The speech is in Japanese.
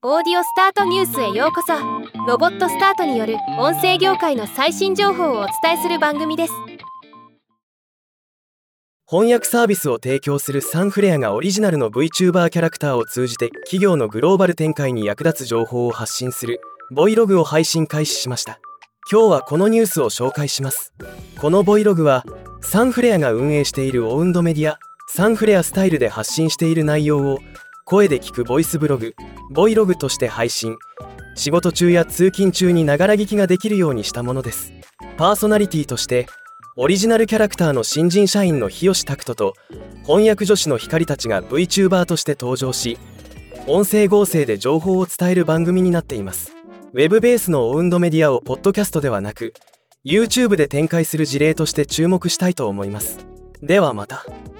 オーディオスタートニュースへようこそ。ロボットスタートによる音声業界の最新情報をお伝えする番組です。 翻訳サービスを提供するサンフレアがオリジナルの VTuber キャラクターを通じて企業のグローバル展開に役立つ情報を発信する Vlog を配信開始しました。今日はこのニュースを紹介します。この Vlog はサンフレアが運営しているオウンドメディアサンフレアスタイルで発信している内容を声で聞くボイスブログ Vlog として配信。仕事中や通勤中にながら聞きができるようにしたものです。パーソナリティとしてオリジナルキャラクターの新人社員の日吉拓人と翻訳助手の光たちが VTuber として登場し、音声合成で情報を伝える番組になっています。ウェブベースのオウンドメディアをポッドキャストではなく YouTube で展開する事例として注目したいと思います。ではまた。